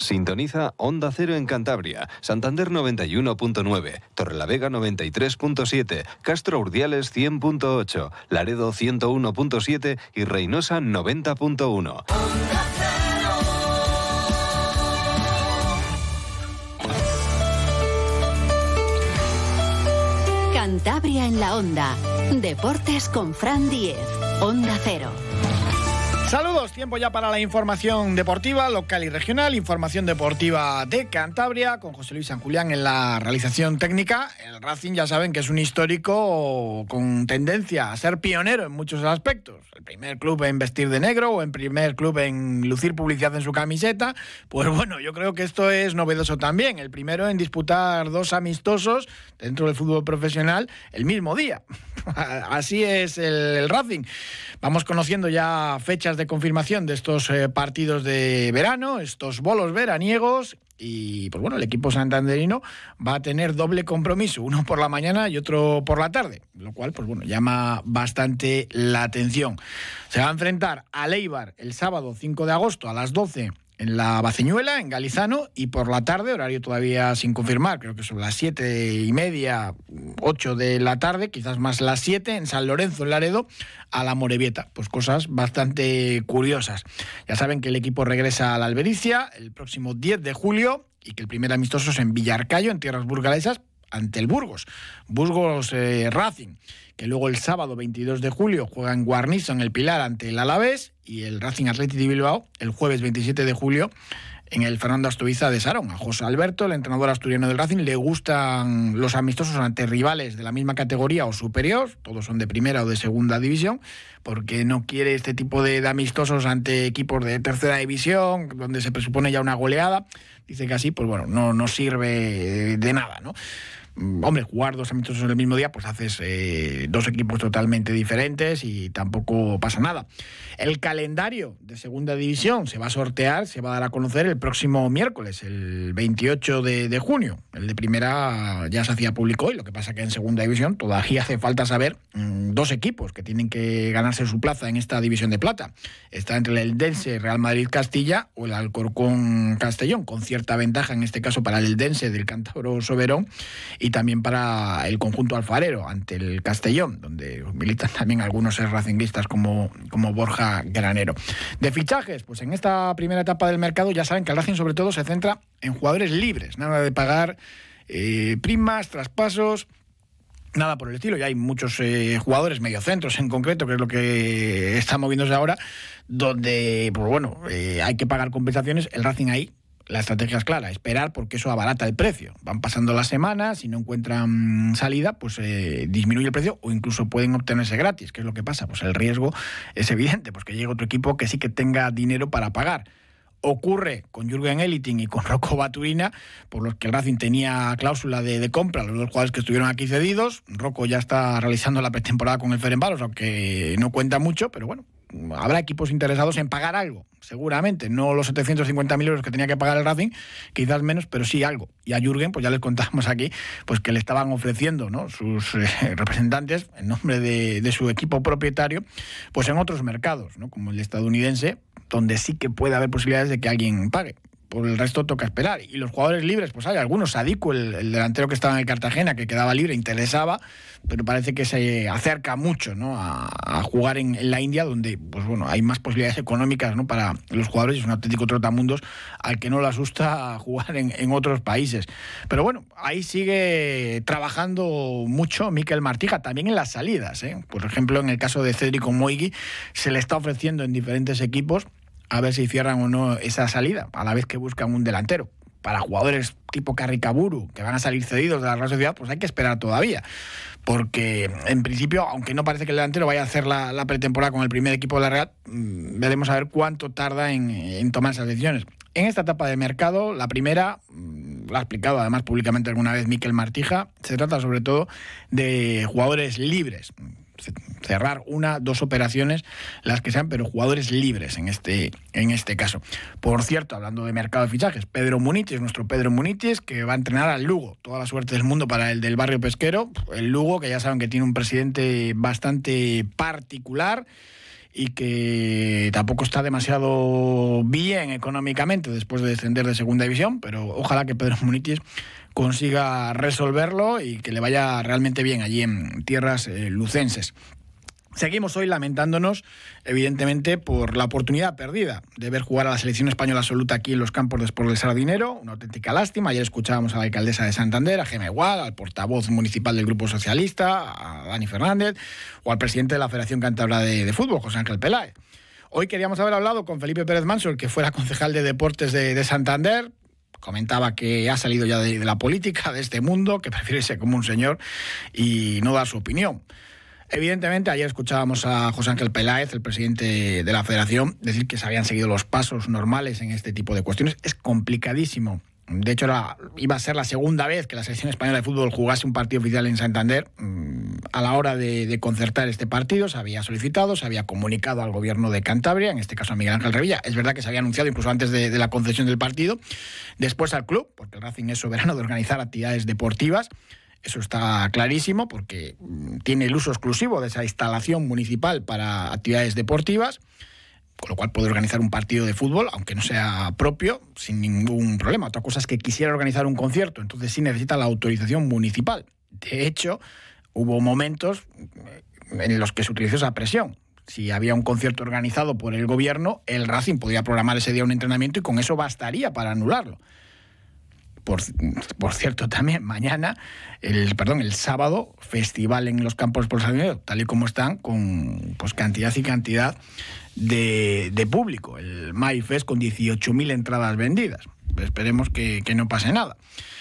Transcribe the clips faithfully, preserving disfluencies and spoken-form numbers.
Sintoniza Onda Cero en Cantabria, Santander noventa y uno punto nueve, Torrelavega noventa y tres punto siete, Castro Urdiales cien punto ocho, Laredo ciento uno punto siete y Reynosa noventa punto uno. Cantabria en la Onda. Deportes con Fran Diez. Onda Cero. Saludos, tiempo ya para la información deportiva local y regional, información deportiva de Cantabria, con José Luis San Julián en la realización técnica. El Racing ya saben que es un histórico con tendencia a ser pionero en muchos aspectos. El primer club en vestir de negro o el primer club en lucir publicidad en su camiseta. Pues bueno, yo creo que esto es novedoso también. El primero en disputar dos amistosos dentro del fútbol profesional el mismo día. Así es el, el Racing. Vamos conociendo ya fechas de confirmación de estos eh, partidos de verano, estos bolos veraniegos, y pues bueno, el equipo santanderino va a tener doble compromiso, uno por la mañana y otro por la tarde, lo cual pues bueno, llama bastante la atención. Se va a enfrentar al Eibar el sábado cinco de agosto a las doce en la Baceñuela, en Galizano, y por la tarde, horario todavía sin confirmar, creo que son las siete y media, ocho de la tarde, quizás más las siete, en San Lorenzo, en Laredo, a la Morevieta. Pues cosas bastante curiosas. Ya saben que el equipo regresa a la Albericia el próximo diez de julio y que el primer amistoso es en Villarcayo, en tierras burgalesas, ante el Burgos. Burgos eh, Racing, que luego el sábado veintidós de julio juega en Guarnizo, en el Pilar, ante el Alavés, y el Racing Athletic de Bilbao el jueves veintisiete de julio en el Fernando Astoiza de Sarón. A José Alberto, el entrenador asturiano del Racing, le gustan los amistosos ante rivales de la misma categoría o superior, todos son de primera o de segunda división, porque no quiere este tipo de, de amistosos ante equipos de tercera división, donde se presupone ya una goleada. Dice que así, pues bueno, no, no sirve de nada, ¿no? Hombre, jugar dos amistosos en el mismo día, pues haces eh, dos equipos totalmente diferentes y tampoco pasa nada. El calendario de segunda división se va a sortear, se va a dar a conocer el próximo miércoles, el veintiocho de junio. El de primera ya se hacía público hoy, lo que pasa que en segunda división todavía hace falta saber mmm, dos equipos que tienen que ganarse su plaza en esta división de plata. Está entre el Eldense, Real Madrid, Castilla, o el Alcorcón, Castellón, con cierta ventaja en este caso para el Eldense del cántabro Soberón, y también para el conjunto alfarero ante el Castellón, donde militan también algunos racinguistas como, como Borja Granero. De fichajes, pues en esta primera etapa del mercado ya saben que el Racing sobre todo se centra en jugadores libres, nada de pagar eh, primas, traspasos, nada por el estilo. Ya hay muchos eh, jugadores, mediocentros en concreto, que es lo que está moviéndose ahora, donde pues bueno, eh, hay que pagar compensaciones. El Racing ahí, la estrategia es clara, esperar, porque eso abarata el precio. Van pasando las semanas, si no encuentran salida, pues eh, disminuye el precio o incluso pueden obtenerse gratis. ¿Qué es lo que pasa? Pues el riesgo es evidente, pues que llegue otro equipo que sí que tenga dinero para pagar. Ocurre con Jürgen Eliting y con Rocco Baturina, por los que el Racing tenía cláusula de, de compra, los dos jugadores que estuvieron aquí cedidos. Rocco ya está realizando la pretemporada con el Ferencváros, aunque no cuenta mucho, pero bueno, habrá equipos interesados en pagar algo, seguramente, no los setecientos cincuenta mil euros que tenía que pagar el Racing, quizás menos, pero sí algo. Y a Jürgen, pues ya les contamos aquí, pues que le estaban ofreciendo, ¿no?, sus eh, representantes, en nombre de, de su equipo propietario, pues en otros mercados, ¿no?, como el estadounidense, donde sí que puede haber posibilidades de que alguien pague. Por el resto toca esperar. Y los jugadores libres, pues hay algunos. Sadiku, el, el delantero que estaba en el Cartagena, que quedaba libre, interesaba, pero parece que se acerca mucho, ¿no?, a, a jugar en, en la India, donde pues bueno, hay más posibilidades económicas, ¿no?, para los jugadores. Es un auténtico trotamundos al que no le asusta jugar en, en otros países. Pero bueno, ahí sigue trabajando mucho Mikel Martija, también en las salidas, ¿eh? Por ejemplo, en el caso de Cédric Moigui, se le está ofreciendo en diferentes equipos, a ver si cierran o no esa salida, a la vez que buscan un delantero. Para jugadores tipo Carricaburu, que van a salir cedidos de la Real Sociedad, pues hay que esperar todavía. Porque, en principio, aunque no parece que el delantero vaya a hacer la, la pretemporada con el primer equipo de la Real, mmm, veremos a ver cuánto tarda en, en tomar esas decisiones. En esta etapa de mercado, la primera, mmm, lo ha explicado además públicamente alguna vez Mikel Martija, se trata sobre todo de jugadores libres. Cerrar una, dos operaciones, las que sean, pero jugadores libres en este, en este caso. Por cierto, hablando de mercado de fichajes, Pedro Munitis, nuestro Pedro Munitis, que va a entrenar al Lugo. Toda la suerte del mundo para el del barrio pesquero. El Lugo, que ya saben que tiene un presidente bastante particular y que tampoco está demasiado bien económicamente después de descender de segunda división, pero ojalá que Pedro Munitis consiga resolverlo y que le vaya realmente bien allí en tierras eh, lucenses. Seguimos hoy lamentándonos, evidentemente, por la oportunidad perdida de ver jugar a la selección española absoluta aquí en los campos de Sport del Sardinero. Una auténtica lástima. Ayer escuchábamos a la alcaldesa de Santander, a Gemma Igual, al portavoz municipal del Grupo Socialista, a Dani Fernández, o al presidente de la Federación Cántabra de, de Fútbol, José Ángel Peláez. Hoy queríamos haber hablado con Felipe Pérez Manso, el que fuera concejal de Deportes de, de Santander. Comentaba que ha salido ya de, de la política, de este mundo, que prefiere ser como un señor y no dar su opinión. Evidentemente, ayer escuchábamos a José Ángel Peláez, el presidente de la Federación, decir que se habían seguido los pasos normales en este tipo de cuestiones. Es complicadísimo. De hecho, era, iba a ser la segunda vez que la selección española de fútbol jugase un partido oficial en Santander. A la hora de, de concertar este partido, se había solicitado, se había comunicado al gobierno de Cantabria, en este caso a Miguel Ángel Revilla. Es verdad que se había anunciado incluso antes de, de la concesión del partido. Después al club, porque el Racing es soberano de organizar actividades deportivas. Eso está clarísimo porque tiene el uso exclusivo de esa instalación municipal para actividades deportivas, con lo cual puede organizar un partido de fútbol, aunque no sea propio, sin ningún problema. Otra cosa es que quisiera organizar un concierto, entonces sí necesita la autorización municipal. De hecho, hubo momentos en los que se utilizó esa presión. Si había un concierto organizado por el gobierno, el Racing podía programar ese día un entrenamiento y con eso bastaría para anularlo. Por, por cierto, también mañana, el perdón, el sábado, festival en los campos por Sardinero, tal y como están, con pues cantidad y cantidad de, de público. El MyFest con dieciocho mil entradas vendidas. Esperemos que, que no pase nada.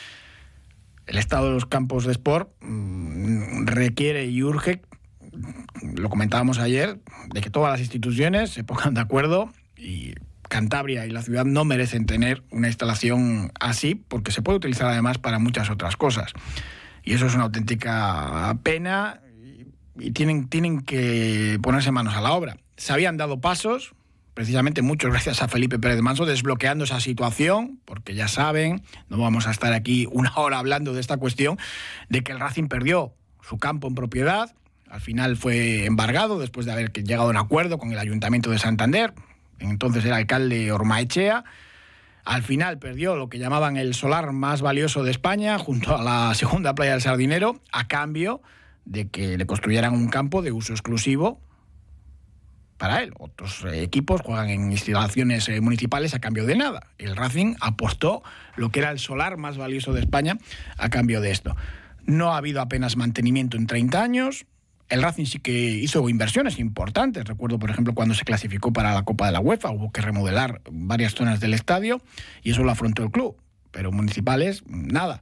El estado de los campos de sport mmm, requiere y urge, lo comentábamos ayer, de que todas las instituciones se pongan de acuerdo y Cantabria y la ciudad no merecen tener una instalación así porque se puede utilizar además para muchas otras cosas. Y eso es una auténtica pena y tienen, tienen que ponerse manos a la obra. Se habían dado pasos, precisamente muchos gracias a Felipe Pérez Manso, desbloqueando esa situación, porque ya saben, no vamos a estar aquí una hora hablando de esta cuestión, de que el Racing perdió su campo en propiedad, al final fue embargado después de haber llegado a un acuerdo con el Ayuntamiento de Santander. Entonces era alcalde Ormaechea. Al final perdió lo que llamaban el solar más valioso de España, junto a la segunda playa del Sardinero, a cambio de que le construyeran un campo de uso exclusivo para él. Otros equipos juegan en instalaciones municipales a cambio de nada. El Racing aportó lo que era el solar más valioso de España a cambio de esto. No ha habido apenas mantenimiento en treinta años. El Racing sí que hizo inversiones importantes. Recuerdo, por ejemplo, cuando se clasificó para la Copa de la UEFA, hubo que remodelar varias zonas del estadio y eso lo afrontó el club. Pero municipales, nada.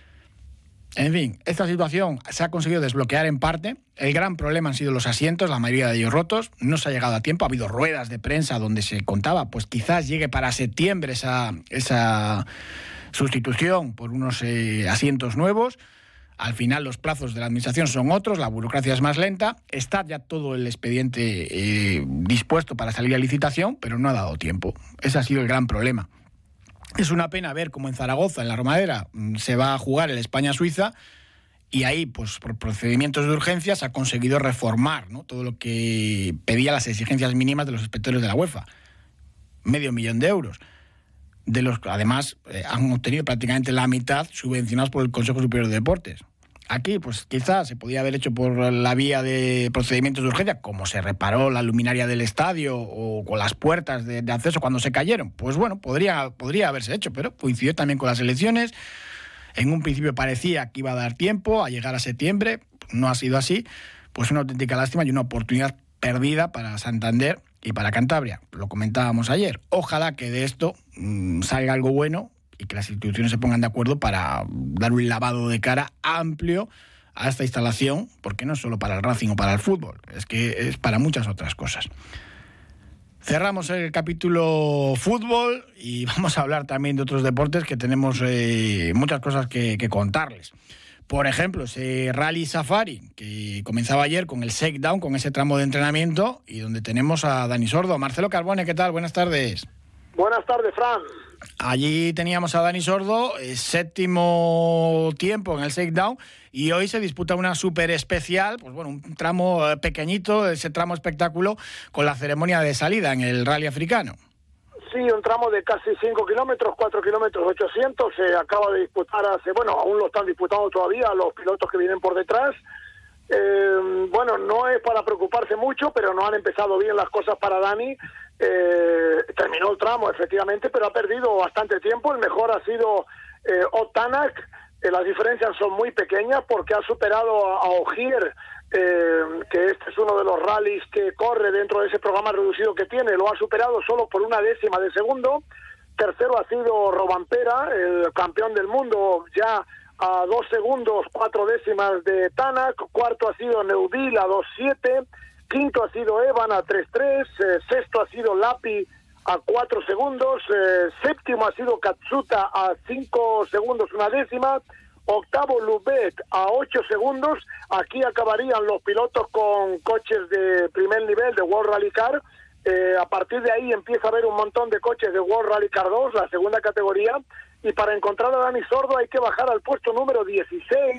En fin, esta situación se ha conseguido desbloquear en parte. El gran problema han sido los asientos, la mayoría de ellos rotos. No se ha llegado a tiempo. Ha habido ruedas de prensa donde se contaba, pues quizás llegue para septiembre esa, esa sustitución por unos eh, asientos nuevos. Al final los plazos de la administración son otros, la burocracia es más lenta, está ya todo el expediente eh, dispuesto para salir a licitación, pero no ha dado tiempo. Ese ha sido el gran problema. Es una pena ver cómo en Zaragoza, en la Romareda, se va a jugar el España-Suiza y ahí, pues por procedimientos de urgencia, se ha conseguido reformar, ¿no?, todo lo que pedía las exigencias mínimas de los inspectores de la UEFA. Medio millón de euros. De los además eh, han obtenido prácticamente la mitad subvencionados por el Consejo Superior de Deportes. Aquí, pues quizás se podía haber hecho por la vía de procedimientos de urgencia, como se reparó la luminaria del estadio o con las puertas de, de acceso cuando se cayeron. Pues bueno, podría, podría haberse hecho, pero coincidió también con las elecciones. En un principio parecía que iba a dar tiempo a llegar a septiembre, no ha sido así. Pues una auténtica lástima y una oportunidad perdida para Santander y para Cantabria. Lo comentábamos ayer. Ojalá que de esto mmm, salga algo bueno y que las instituciones se pongan de acuerdo para dar un lavado de cara amplio a esta instalación, porque no es solo para el Racing o para el fútbol, es que es para muchas otras cosas. Cerramos el capítulo fútbol y vamos a hablar también de otros deportes que tenemos eh, muchas cosas que, que contarles. Por ejemplo, ese Rally Safari que comenzaba ayer con el shakedown, con ese tramo de entrenamiento y donde tenemos a Dani Sordo. Marcelo Carbone, ¿qué tal? Buenas tardes. Buenas tardes, Fran. Allí teníamos a Dani Sordo, eh, séptimo tiempo en el shakedown, y hoy se disputa una súper especial, pues bueno, un tramo eh, pequeñito, ese tramo espectáculo, con la ceremonia de salida en el rally africano. Sí, un tramo de casi cinco kilómetros, cuatro kilómetros ochocientos, se acaba de disputar hace, bueno, aún lo están disputando todavía los pilotos que vienen por detrás. Eh, bueno, no es para preocuparse mucho, pero no han empezado bien las cosas para Dani. Eh, terminó el tramo, efectivamente, pero ha perdido bastante tiempo. El mejor ha sido eh, Otanak. Eh, las diferencias son muy pequeñas porque ha superado a, a Ogier, eh, que este es uno de los rallies que corre dentro de ese programa reducido que tiene. Lo ha superado solo por una décima de segundo. Tercero ha sido Robampera, el campeón del mundo, ya a dos segundos, cuatro décimas de Tanak. Cuarto ha sido Neuville a dos siete. Quinto ha sido Evan a tres tres. Eh, sexto ha sido Lapi a cuatro segundos. Eh, séptimo ha sido Katsuta a cinco segundos, una décima. Octavo Lubet a ocho segundos. Aquí acabarían los pilotos con coches de primer nivel de World Rally Car. Eh, a partir de ahí empieza a haber un montón de coches de World Rally Car dos, la segunda categoría. Y para encontrar a Dani Sordo hay que bajar al puesto número dieciséis,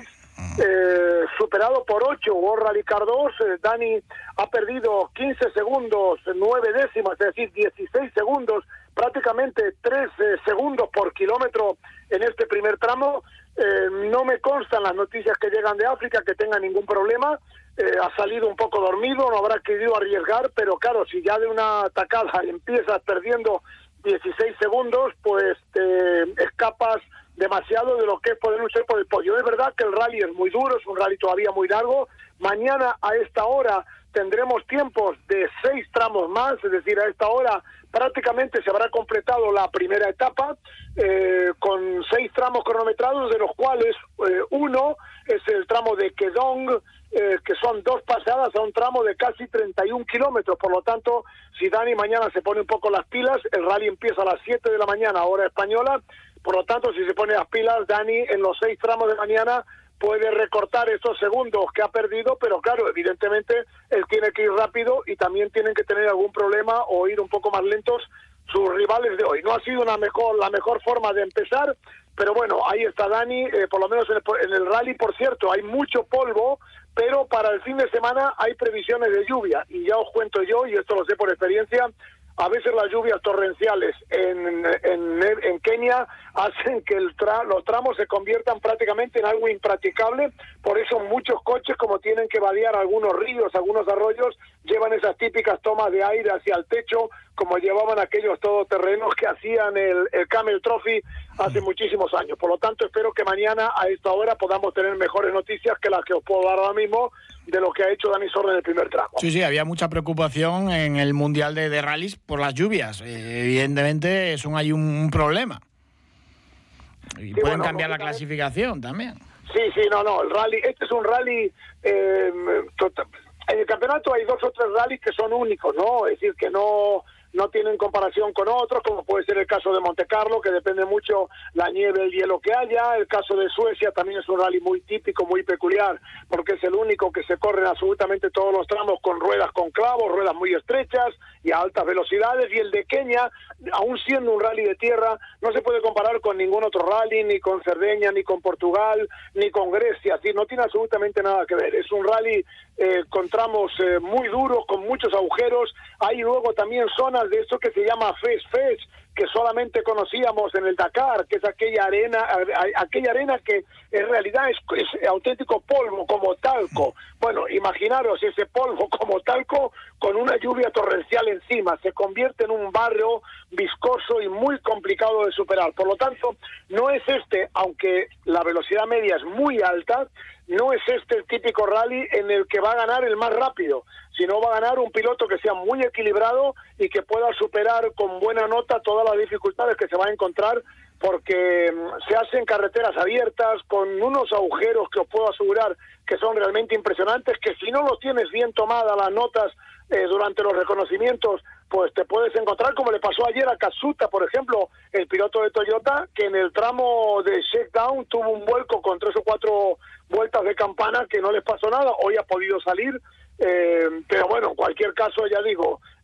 eh, superado por ocho World Rally Car dos. Eh, Dani ha perdido quince segundos, nueve décimas, es decir, dieciséis segundos, prácticamente tres eh, segundos por kilómetro en este primer tramo. Eh, no me constan las noticias que llegan de África que tenga ningún problema. Eh, ha salido un poco dormido, no habrá querido arriesgar, pero claro, si ya de una tacada empiezas perdiendo dieciséis segundos, pues te escapas demasiado de lo que es poder luchar por el podio. Es verdad que el rally es muy duro, es un rally todavía muy largo. Mañana a esta hora tendremos tiempos de seis tramos más, es decir, a esta hora prácticamente se habrá completado la primera etapa, eh, con seis tramos cronometrados, de los cuales eh, uno es el tramo de Kedong, eh, que son dos pasadas a un tramo de casi treinta y un kilómetros. Por lo tanto, si Dani mañana se pone un poco las pilas, el rally empieza a las siete de la mañana, hora española. Por lo tanto, si se pone las pilas, Dani en los seis tramos de mañana puede recortar esos segundos que ha perdido, pero claro, evidentemente él tiene que ir rápido y también tienen que tener algún problema o ir un poco más lentos sus rivales de hoy. No ha sido una mejor la mejor forma de empezar, pero bueno, ahí está Dani, eh, por lo menos en el, en el rally, por cierto, hay mucho polvo, pero para el fin de semana hay previsiones de lluvia, y ya os cuento yo, y esto lo sé por experiencia, a veces las lluvias torrenciales en, en, en Kenia hacen que el tra los tramos se conviertan prácticamente en algo impracticable. Por eso muchos coches, como tienen que vadear algunos ríos, algunos arroyos, llevan esas típicas tomas de aire hacia el techo, como llevaban aquellos todoterrenos que hacían el, el Camel Trophy hace muchísimos años. Por lo tanto, espero que mañana a esta hora podamos tener mejores noticias que las que os puedo dar ahora mismo de lo que ha hecho Dani Sordo en el primer tramo. Sí, sí, había mucha preocupación en el Mundial de, de Rallys por las lluvias. Eh, evidentemente es un, hay un, un problema. Y sí, pueden bueno, cambiar la clasificación también. Sí, sí, no, no, el rally, este es un rally, eh, total, en el campeonato hay dos o tres rallies que son únicos, ¿no? Es decir, que no... no tienen comparación con otros, como puede ser el caso de Monte Carlo, que depende mucho la nieve, el hielo que haya. El caso de Suecia también es un rally muy típico, muy peculiar, porque es el único que se corre en absolutamente todos los tramos con ruedas con clavos, ruedas muy estrechas y a altas velocidades. Y el de Kenia, aún siendo un rally de tierra, no se puede comparar con ningún otro rally, ni con Cerdeña, ni con Portugal, ni con Grecia. Así, no tiene absolutamente nada que ver. Es un rally eh, con tramos eh, muy duros, con muchos agujeros. Hay luego también zonas de esto que se llama Fes Fes, que solamente conocíamos en el Dakar, que es aquella arena, aquella arena que en realidad es, es auténtico polvo, como talco. Bueno, imaginaros ese polvo como talco con una lluvia torrencial encima, se convierte en un barro viscoso y muy complicado de superar. Por lo tanto, no es este, aunque la velocidad media es muy alta, no es este el típico rally en el que va a ganar el más rápido, sino va a ganar un piloto que sea muy equilibrado y que pueda superar con buena nota todas las dificultades que se va a encontrar, porque se hacen carreteras abiertas con unos agujeros que os puedo asegurar que son realmente impresionantes, que si no los tienes bien tomadas las notas eh, durante los reconocimientos, pues te puedes encontrar, como le pasó ayer a Katsuta, por ejemplo, el piloto de Toyota, que en el tramo de shakedown tuvo un vuelco con tres o cuatro vueltas de campana, que no les pasó nada. Hoy ha podido salir, eh, pero bueno, en cualquier caso, ya digo,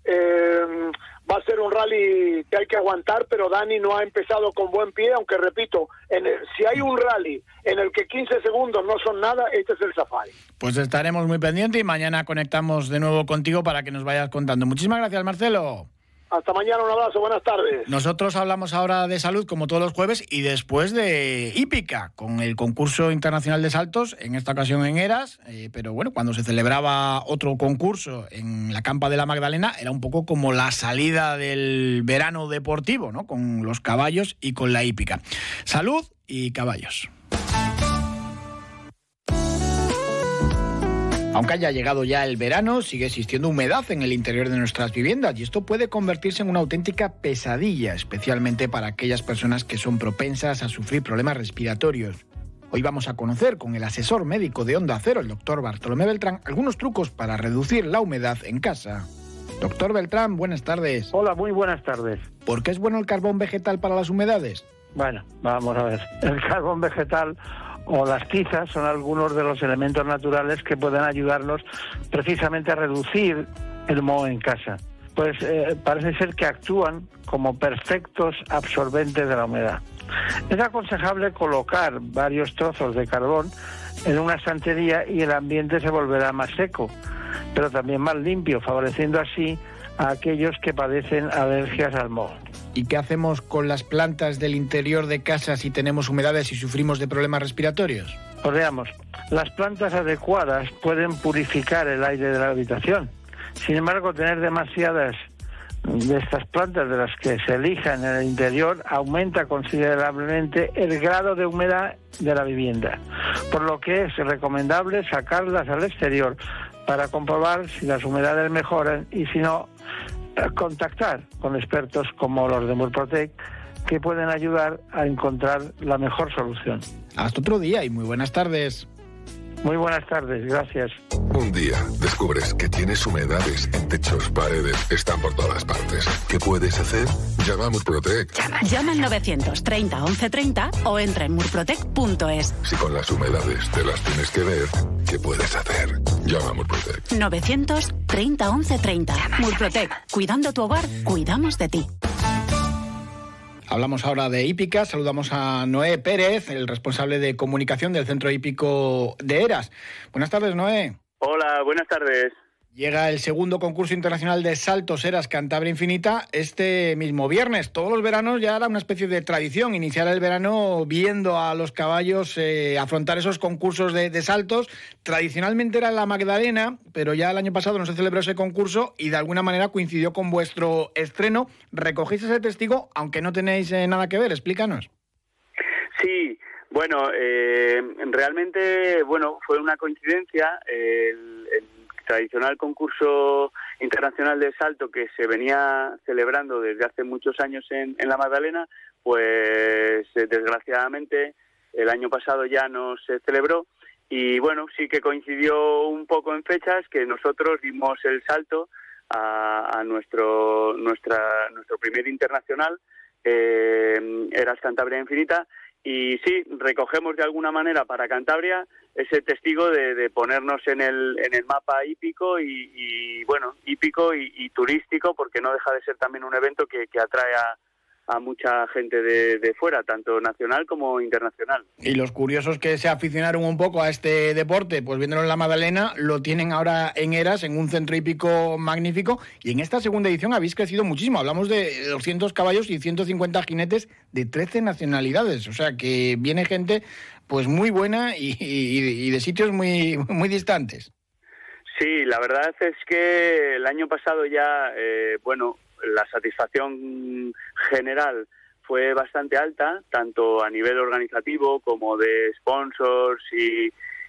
Eh, va a ser un rally que hay que aguantar, pero Dani no ha empezado con buen pie, aunque repito, en el, si hay un rally en el que quince segundos no son nada, este es el Safari. Pues estaremos muy pendientes y mañana conectamos de nuevo contigo para que nos vayas contando. Muchísimas gracias, Marcelo. Hasta mañana, un abrazo, buenas tardes. Nosotros hablamos ahora de salud como todos los jueves y después de hípica, con el concurso internacional de saltos, en esta ocasión en Eras, eh, pero bueno, cuando se celebraba otro concurso en la Campa de la Magdalena, era un poco como la salida del verano deportivo, ¿no? Con los caballos y con la hípica. Salud y caballos. Aunque haya llegado ya el verano, sigue existiendo humedad en el interior de nuestras viviendas y esto puede convertirse en una auténtica pesadilla, especialmente para aquellas personas que son propensas a sufrir problemas respiratorios. Hoy vamos a conocer con el asesor médico de Onda Cero, el doctor Bartolomé Beltrán, algunos trucos para reducir la humedad en casa. Doctor Beltrán, buenas tardes. Hola, muy buenas tardes. ¿Por qué es bueno el carbón vegetal para las humedades? Bueno, vamos a ver. El carbón vegetal o las tizas son algunos de los elementos naturales que pueden ayudarnos precisamente a reducir el moho en casa. Pues eh, parece ser que actúan como perfectos absorbentes de la humedad. Es aconsejable colocar varios trozos de carbón en una estantería y el ambiente se volverá más seco, pero también más limpio, favoreciendo así a aquellos que padecen alergias al moho. ¿Y qué hacemos con las plantas del interior de casa si tenemos humedades y sufrimos de problemas respiratorios? Pues veamos, las plantas adecuadas pueden purificar el aire de la habitación. Sin embargo, tener demasiadas de estas plantas de las que se elijan en el interior aumenta considerablemente el grado de humedad de la vivienda, por lo que es recomendable sacarlas al exterior para comprobar si las humedades mejoran y si no, contactar con expertos como los de Murprotec que pueden ayudar a encontrar la mejor solución. Hasta otro día y muy buenas tardes. Muy buenas tardes, gracias. Un día descubres que tienes humedades en techos, paredes, están por todas partes. ¿Qué puedes hacer? Llama a Murprotec. Llama, llama al novecientos treinta once treinta o entra en murprotec punto es. Si con las humedades te las tienes que ver, ¿qué puedes hacer? Llama a Murprotec. novecientos treinta once treinta. Murprotec. Cuidando tu hogar, cuidamos de ti. Hablamos ahora de hípica, saludamos a Noé Pérez, el responsable de comunicación del Centro Hípico de Eras. Buenas tardes, Noé. Hola, buenas tardes. Llega el segundo concurso internacional de saltos Eras Cantabria Infinita este mismo viernes. Todos los veranos ya era una especie de tradición iniciar el verano viendo a los caballos eh, afrontar esos concursos de, de saltos. Tradicionalmente era en la Magdalena, pero ya el año pasado no se celebró ese concurso y de alguna manera coincidió con vuestro estreno. ¿Recogéis ese testigo, aunque no tenéis eh, nada que ver? Explícanos. Sí, bueno, eh, realmente, bueno, fue una coincidencia. El, el tradicional concurso internacional de salto que se venía celebrando desde hace muchos años en, en la Magdalena, pues eh, desgraciadamente el año pasado ya no se celebró y bueno, sí que coincidió un poco en fechas que nosotros dimos el salto a, a nuestro nuestra nuestro primer internacional, eh, Eras Cantabria Infinita. Y sí, recogemos de alguna manera para Cantabria ese testigo de, de ponernos en el en el mapa hípico y, y bueno, hípico y, y turístico, porque no deja de ser también un evento que, que atrae a, a mucha gente de, de fuera, tanto nacional como internacional. Y los curiosos que se aficionaron un poco a este deporte, pues viéndolo en la Magdalena, lo tienen ahora en Eras, en un centro hípico magnífico, y en esta segunda edición habéis crecido muchísimo. Hablamos de doscientos caballos y ciento cincuenta jinetes de trece nacionalidades, o sea que viene gente pues muy buena y, y, y de sitios muy, muy distantes. Sí, la verdad es que el año pasado ya, eh, bueno, la satisfacción general fue bastante alta, tanto a nivel organizativo como de sponsors y,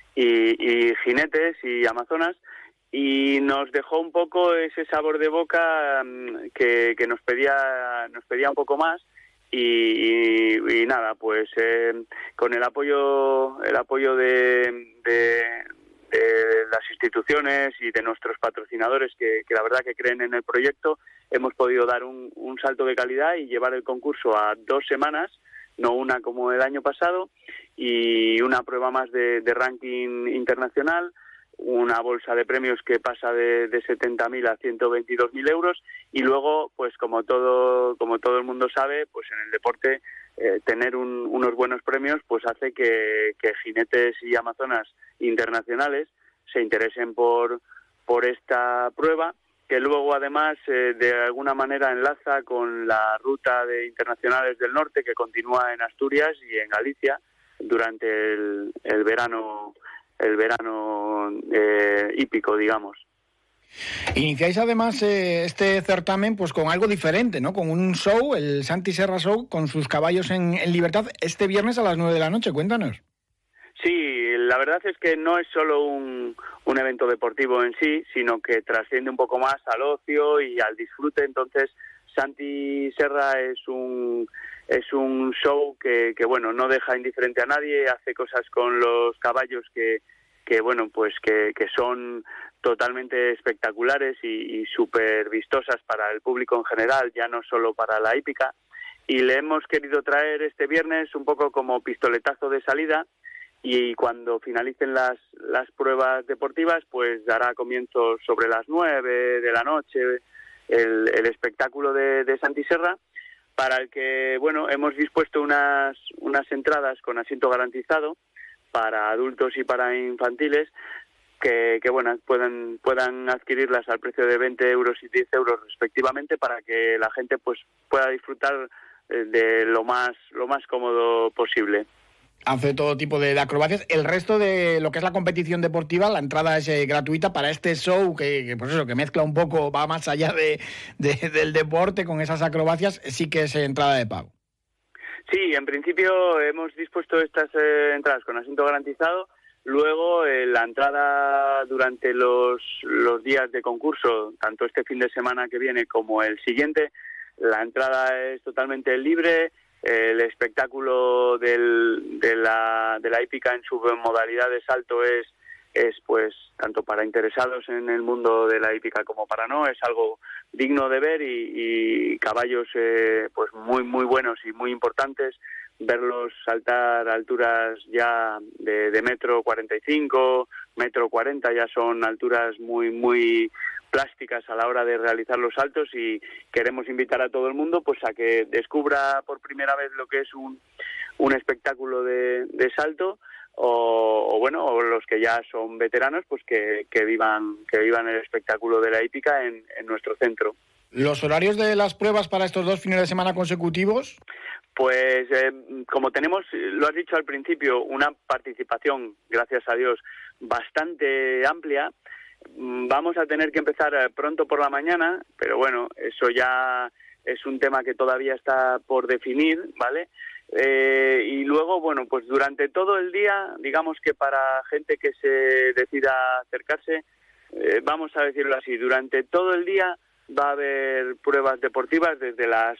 y, y jinetes y amazonas, y nos dejó un poco ese sabor de boca que, que nos pedía nos pedía un poco más. Y, y, y nada, pues eh, con el apoyo el apoyo de, de de las instituciones y de nuestros patrocinadores que, que la verdad que creen en el proyecto, hemos podido dar un, un salto de calidad y llevar el concurso a dos semanas, no una como el año pasado, y una prueba más de, de ranking internacional, una bolsa de premios que pasa de, de setenta mil a ciento veintidós mil euros, y luego, pues como todo como todo el mundo sabe, pues en el deporte eh, tener un, unos buenos premios pues hace que, que jinetes y amazonas internacionales se interesen por por esta prueba, que luego además eh, de alguna manera enlaza con la ruta de internacionales del norte que continúa en Asturias y en Galicia durante el, el verano el verano eh, hípico, digamos. Iniciáis además eh, este certamen pues con algo diferente, ¿no? Con un show, el Santi Serra Show, con sus caballos en, en libertad, este viernes a las nueve de la noche. Cuéntanos. Sí, la verdad es que no es solo un, un evento deportivo en sí, sino que trasciende un poco más al ocio y al disfrute. Entonces, Santi Serra es un es un show que, que bueno, no deja indiferente a nadie, hace cosas con los caballos que, que bueno, pues que, que son totalmente espectaculares y, y súper vistosas para el público en general, ya no solo para la hípica. Y le hemos querido traer este viernes un poco como pistoletazo de salida, y cuando finalicen las, las pruebas deportivas, pues dará comienzo sobre las nueve de la noche el, el espectáculo de, de Santi Serra, para el que, bueno, hemos dispuesto unas, unas entradas con asiento garantizado para adultos y para infantiles, que, que bueno, puedan, puedan adquirirlas al precio de veinte euros y diez euros respectivamente, para que la gente pues pueda disfrutar de lo más, lo más cómodo posible. Hace todo tipo de, de acrobacias. El resto de lo que es la competición deportiva, la entrada es eh, gratuita para este show que, que, pues eso, que mezcla un poco, va más allá de, de, del deporte con esas acrobacias, sí que es entrada de pago. Sí, en principio hemos dispuesto estas eh, entradas con asiento garantizado. Luego eh, la entrada durante los, los días de concurso, tanto este fin de semana que viene como el siguiente, la entrada es totalmente libre. El espectáculo del, de la de la hípica en su modalidad de salto es es pues tanto para interesados en el mundo de la hípica como para no, es algo digno de ver, y, y caballos eh, pues muy muy buenos y muy importantes, verlos saltar a alturas ya de, de metro cuarenta y cinco, metro cuarenta, ya son alturas muy muy plásticas a la hora de realizar los saltos, y queremos invitar a todo el mundo pues a que descubra por primera vez lo que es un, un espectáculo de, de salto, o, o bueno, o los que ya son veteranos pues que, que vivan que vivan el espectáculo de la hípica en, en nuestro centro. ¿Los horarios de las pruebas para estos dos fines de semana consecutivos? Pues eh, como tenemos, lo has dicho al principio, una participación, gracias a Dios, bastante amplia, vamos a tener que empezar pronto por la mañana, pero bueno, eso ya es un tema que todavía está por definir, ¿vale? Eh, y luego, bueno, pues durante todo el día, digamos que para gente que se decida acercarse, eh, vamos a decirlo así, durante todo el día va a haber pruebas deportivas desde las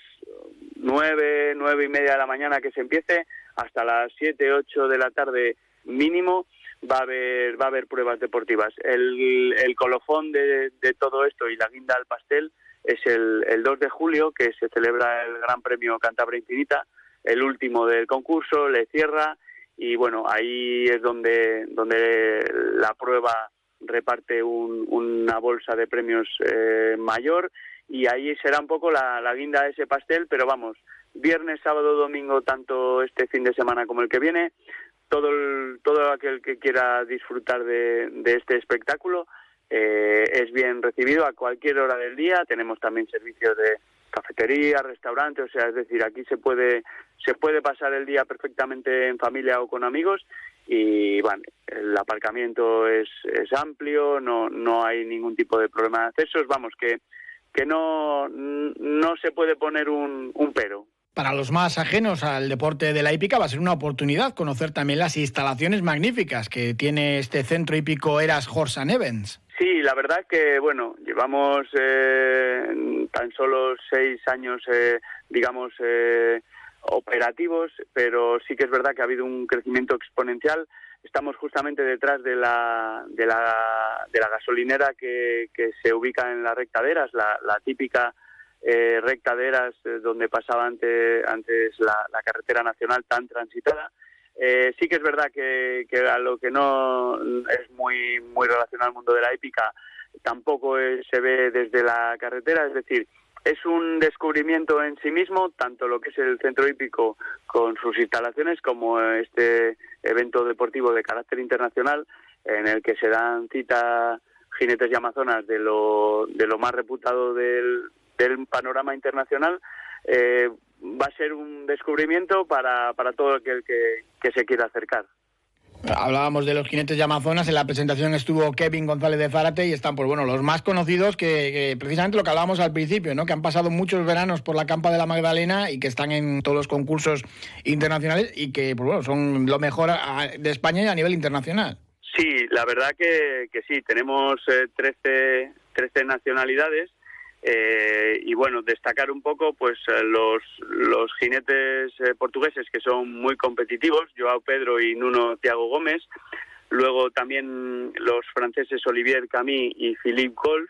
nueve, nueve y media de la mañana que se empiece hasta las siete, ocho de la tarde mínimo. Va a haber va a haber pruebas deportivas. El, el colofón de, de todo esto y la guinda al pastel es el, el dos de julio, que se celebra el Gran Premio Cantabria Infinita, el último del concurso, le cierra, y bueno, ahí es donde donde la prueba reparte un, una bolsa de premios eh, mayor, y ahí será un poco la, la guinda de ese pastel, pero vamos, viernes, sábado, domingo, tanto este fin de semana como el que viene, todo el, todo aquel que quiera disfrutar de, de este espectáculo eh, es bien recibido a cualquier hora del día. Tenemos también servicios de cafetería, restaurante, o sea, es decir, aquí se puede se puede pasar el día perfectamente en familia o con amigos, y bueno, el aparcamiento es, es amplio, no no hay ningún tipo de problema de accesos, vamos, que que no no se puede poner un, un pero. Para los más ajenos al deporte de la hípica va a ser una oportunidad conocer también las instalaciones magníficas que tiene este centro hípico Eras Horse and Events. Sí, la verdad es que, bueno, llevamos eh, tan solo seis años, eh, digamos, eh, operativos, pero sí que es verdad que ha habido un crecimiento exponencial. Estamos justamente detrás de la de la, de la gasolinera que, que se ubica en la recta de Eras, la, la típica Eh, recta de Eras, eh, donde pasaba ante, antes la, la carretera nacional tan transitada. Eh, sí que es verdad que, que a lo que no es muy, muy relacionado al mundo de la hípica, tampoco es, se ve desde la carretera, es decir, es un descubrimiento en sí mismo, tanto lo que es el centro hípico con sus instalaciones como este evento deportivo de carácter internacional en el que se dan cita jinetes y amazonas de lo, de lo más reputado del, del panorama internacional. Eh, va a ser un descubrimiento para, para todo aquel que, que se quiera acercar. Hablábamos de los jinetes de Amazonas, en la presentación estuvo Kevin González de Zárate y están, pues bueno, los más conocidos que, que precisamente lo que hablábamos al principio, ¿no? Que han pasado muchos veranos por la Campa de la Magdalena y que están en todos los concursos internacionales y que, pues bueno, son lo mejor a, de España y a nivel internacional. Sí, la verdad que, que sí, tenemos eh, trece, trece nacionalidades. Eh, y bueno, destacar un poco pues los los jinetes eh, portugueses que son muy competitivos, Joao Pedro y Nuno Thiago Gómez, luego también los franceses Olivier Camille y Philippe Golf,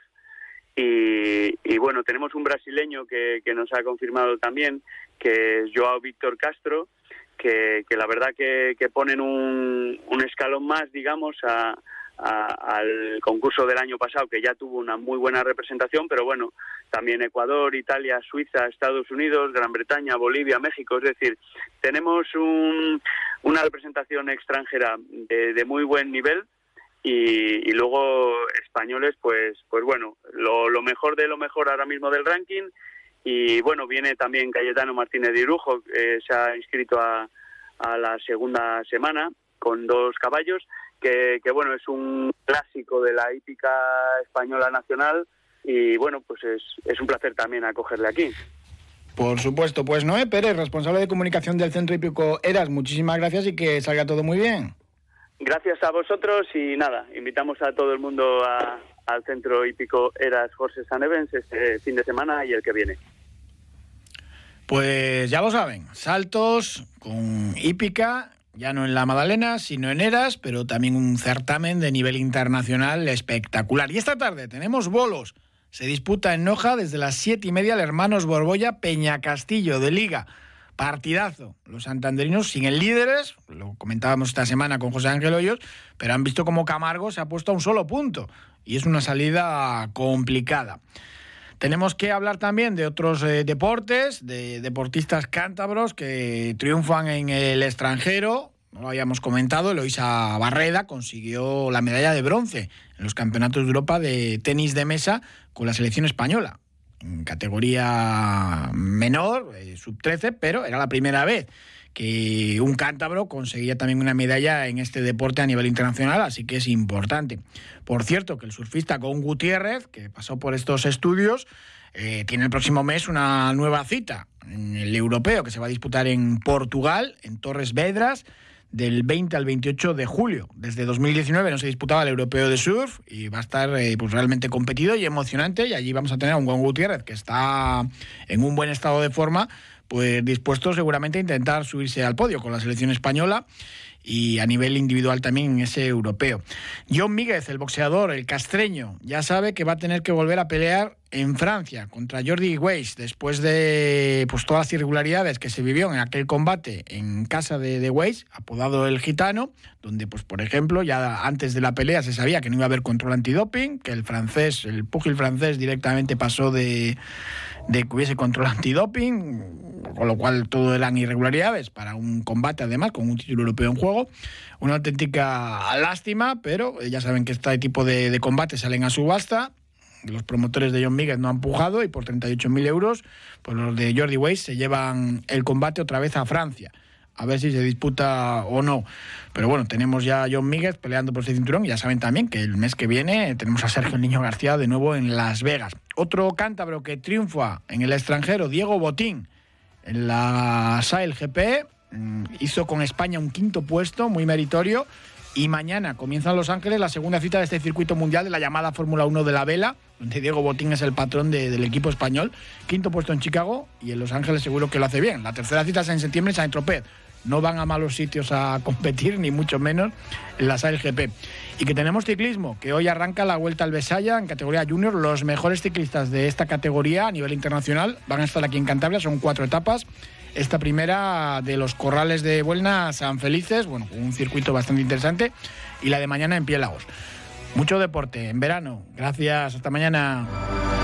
y, y bueno, tenemos un brasileño que, que nos ha confirmado también, que es Joao Víctor Castro, que, que la verdad que, que ponen un, un escalón más, digamos, a A, al concurso del año pasado, que ya tuvo una muy buena representación, pero bueno, también Ecuador, Italia, Suiza, Estados Unidos, Gran Bretaña, Bolivia, México, es decir, tenemos un, una representación extranjera de, de muy buen nivel y, y luego españoles, pues pues bueno, lo, lo mejor de lo mejor ahora mismo del ranking. Y bueno, viene también Cayetano Martínez de Irujo, que se ha inscrito a, a la segunda semana con dos caballos. Que, que bueno, es un clásico de la hípica española nacional y bueno, pues es, es un placer también acogerle aquí. Por supuesto, pues Noé Pérez, responsable de comunicación del Centro Hípico Eras, muchísimas gracias y que salga todo muy bien. Gracias a vosotros y nada, invitamos a todo el mundo a, al Centro Hípico Eras Horses and Events este fin de semana y el que viene. Pues ya lo saben, saltos con hípica, ya no en la Magdalena, sino en Eras, pero también un certamen de nivel internacional espectacular. Y esta tarde tenemos bolos. Se disputa en Noja desde las siete y media el Hermanos Borbolla Peñacastillo de Liga. Partidazo. Los santanderinos siguen líderes, lo comentábamos esta semana con José Ángel Hoyos, pero han visto cómo Camargo se ha puesto a un solo punto. Y es una salida complicada. Tenemos que hablar también de otros eh, deportes, de deportistas cántabros que triunfan en el extranjero. No lo habíamos comentado, Eloisa Barreda consiguió la medalla de bronce en los campeonatos de Europa de tenis de mesa con la selección española. En categoría menor, eh, sub trece, pero era la primera vez que un cántabro conseguía también una medalla en este deporte a nivel internacional, así que es importante. Por cierto, que el surfista Gon Gutiérrez, que pasó por estos estudios, eh, tiene el próximo mes una nueva cita en el europeo, que se va a disputar en Portugal, en Torres Vedras, del veinte al veintiocho de julio. Desde dos mil diecinueve no se disputaba el europeo de surf y va a estar eh, pues realmente competido y emocionante, y allí vamos a tener a un Gon Gutiérrez que está en un buen estado de forma, pues dispuesto seguramente a intentar subirse al podio con la selección española y a nivel individual también en ese europeo. John Míguez, el boxeador, el castreño, ya sabe que va a tener que volver a pelear en Francia contra Jordi Weiss después de pues todas las irregularidades que se vivió en aquel combate en casa de, de Weiss, apodado El Gitano, donde pues por ejemplo ya antes de la pelea se sabía que no iba a haber control antidoping, que el francés, el púgil francés directamente pasó de, de que hubiese control antidoping, con lo cual todo eran irregularidades para un combate además con un título europeo en juego. Una auténtica lástima, pero ya saben que este tipo de, de combates salen a subasta. Los promotores de John Míguez no han pujado y por treinta y ocho mil euros pues los de Jordi Weiss se llevan el combate otra vez a Francia. A ver si se disputa o no. Pero bueno, tenemos ya a John Míguez peleando por ese cinturón y ya saben también que el mes que viene tenemos a Sergio el Niño García de nuevo en Las Vegas. Otro cántabro que triunfa en el extranjero, Diego Botín, en la S A E L G P, hizo con España un quinto puesto, muy meritorio, y mañana comienza en Los Ángeles la segunda cita de este circuito mundial de la llamada Fórmula uno de la vela, donde Diego Botín es el patrón de, del equipo español. Quinto puesto en Chicago y en Los Ángeles seguro que lo hace bien. La tercera cita es en septiembre en Saint-Tropez. No van a malos sitios a competir, ni mucho menos en la S A E L G P. Y que tenemos ciclismo, que hoy arranca la Vuelta al Besaya en categoría junior. Los mejores ciclistas de esta categoría a nivel internacional van a estar aquí en Cantabria, son cuatro etapas. esta primera de los Corrales de Buelna San Felices, bueno, con un circuito bastante interesante, y la de mañana en Piélagos. Mucho deporte en verano. Gracias, hasta mañana.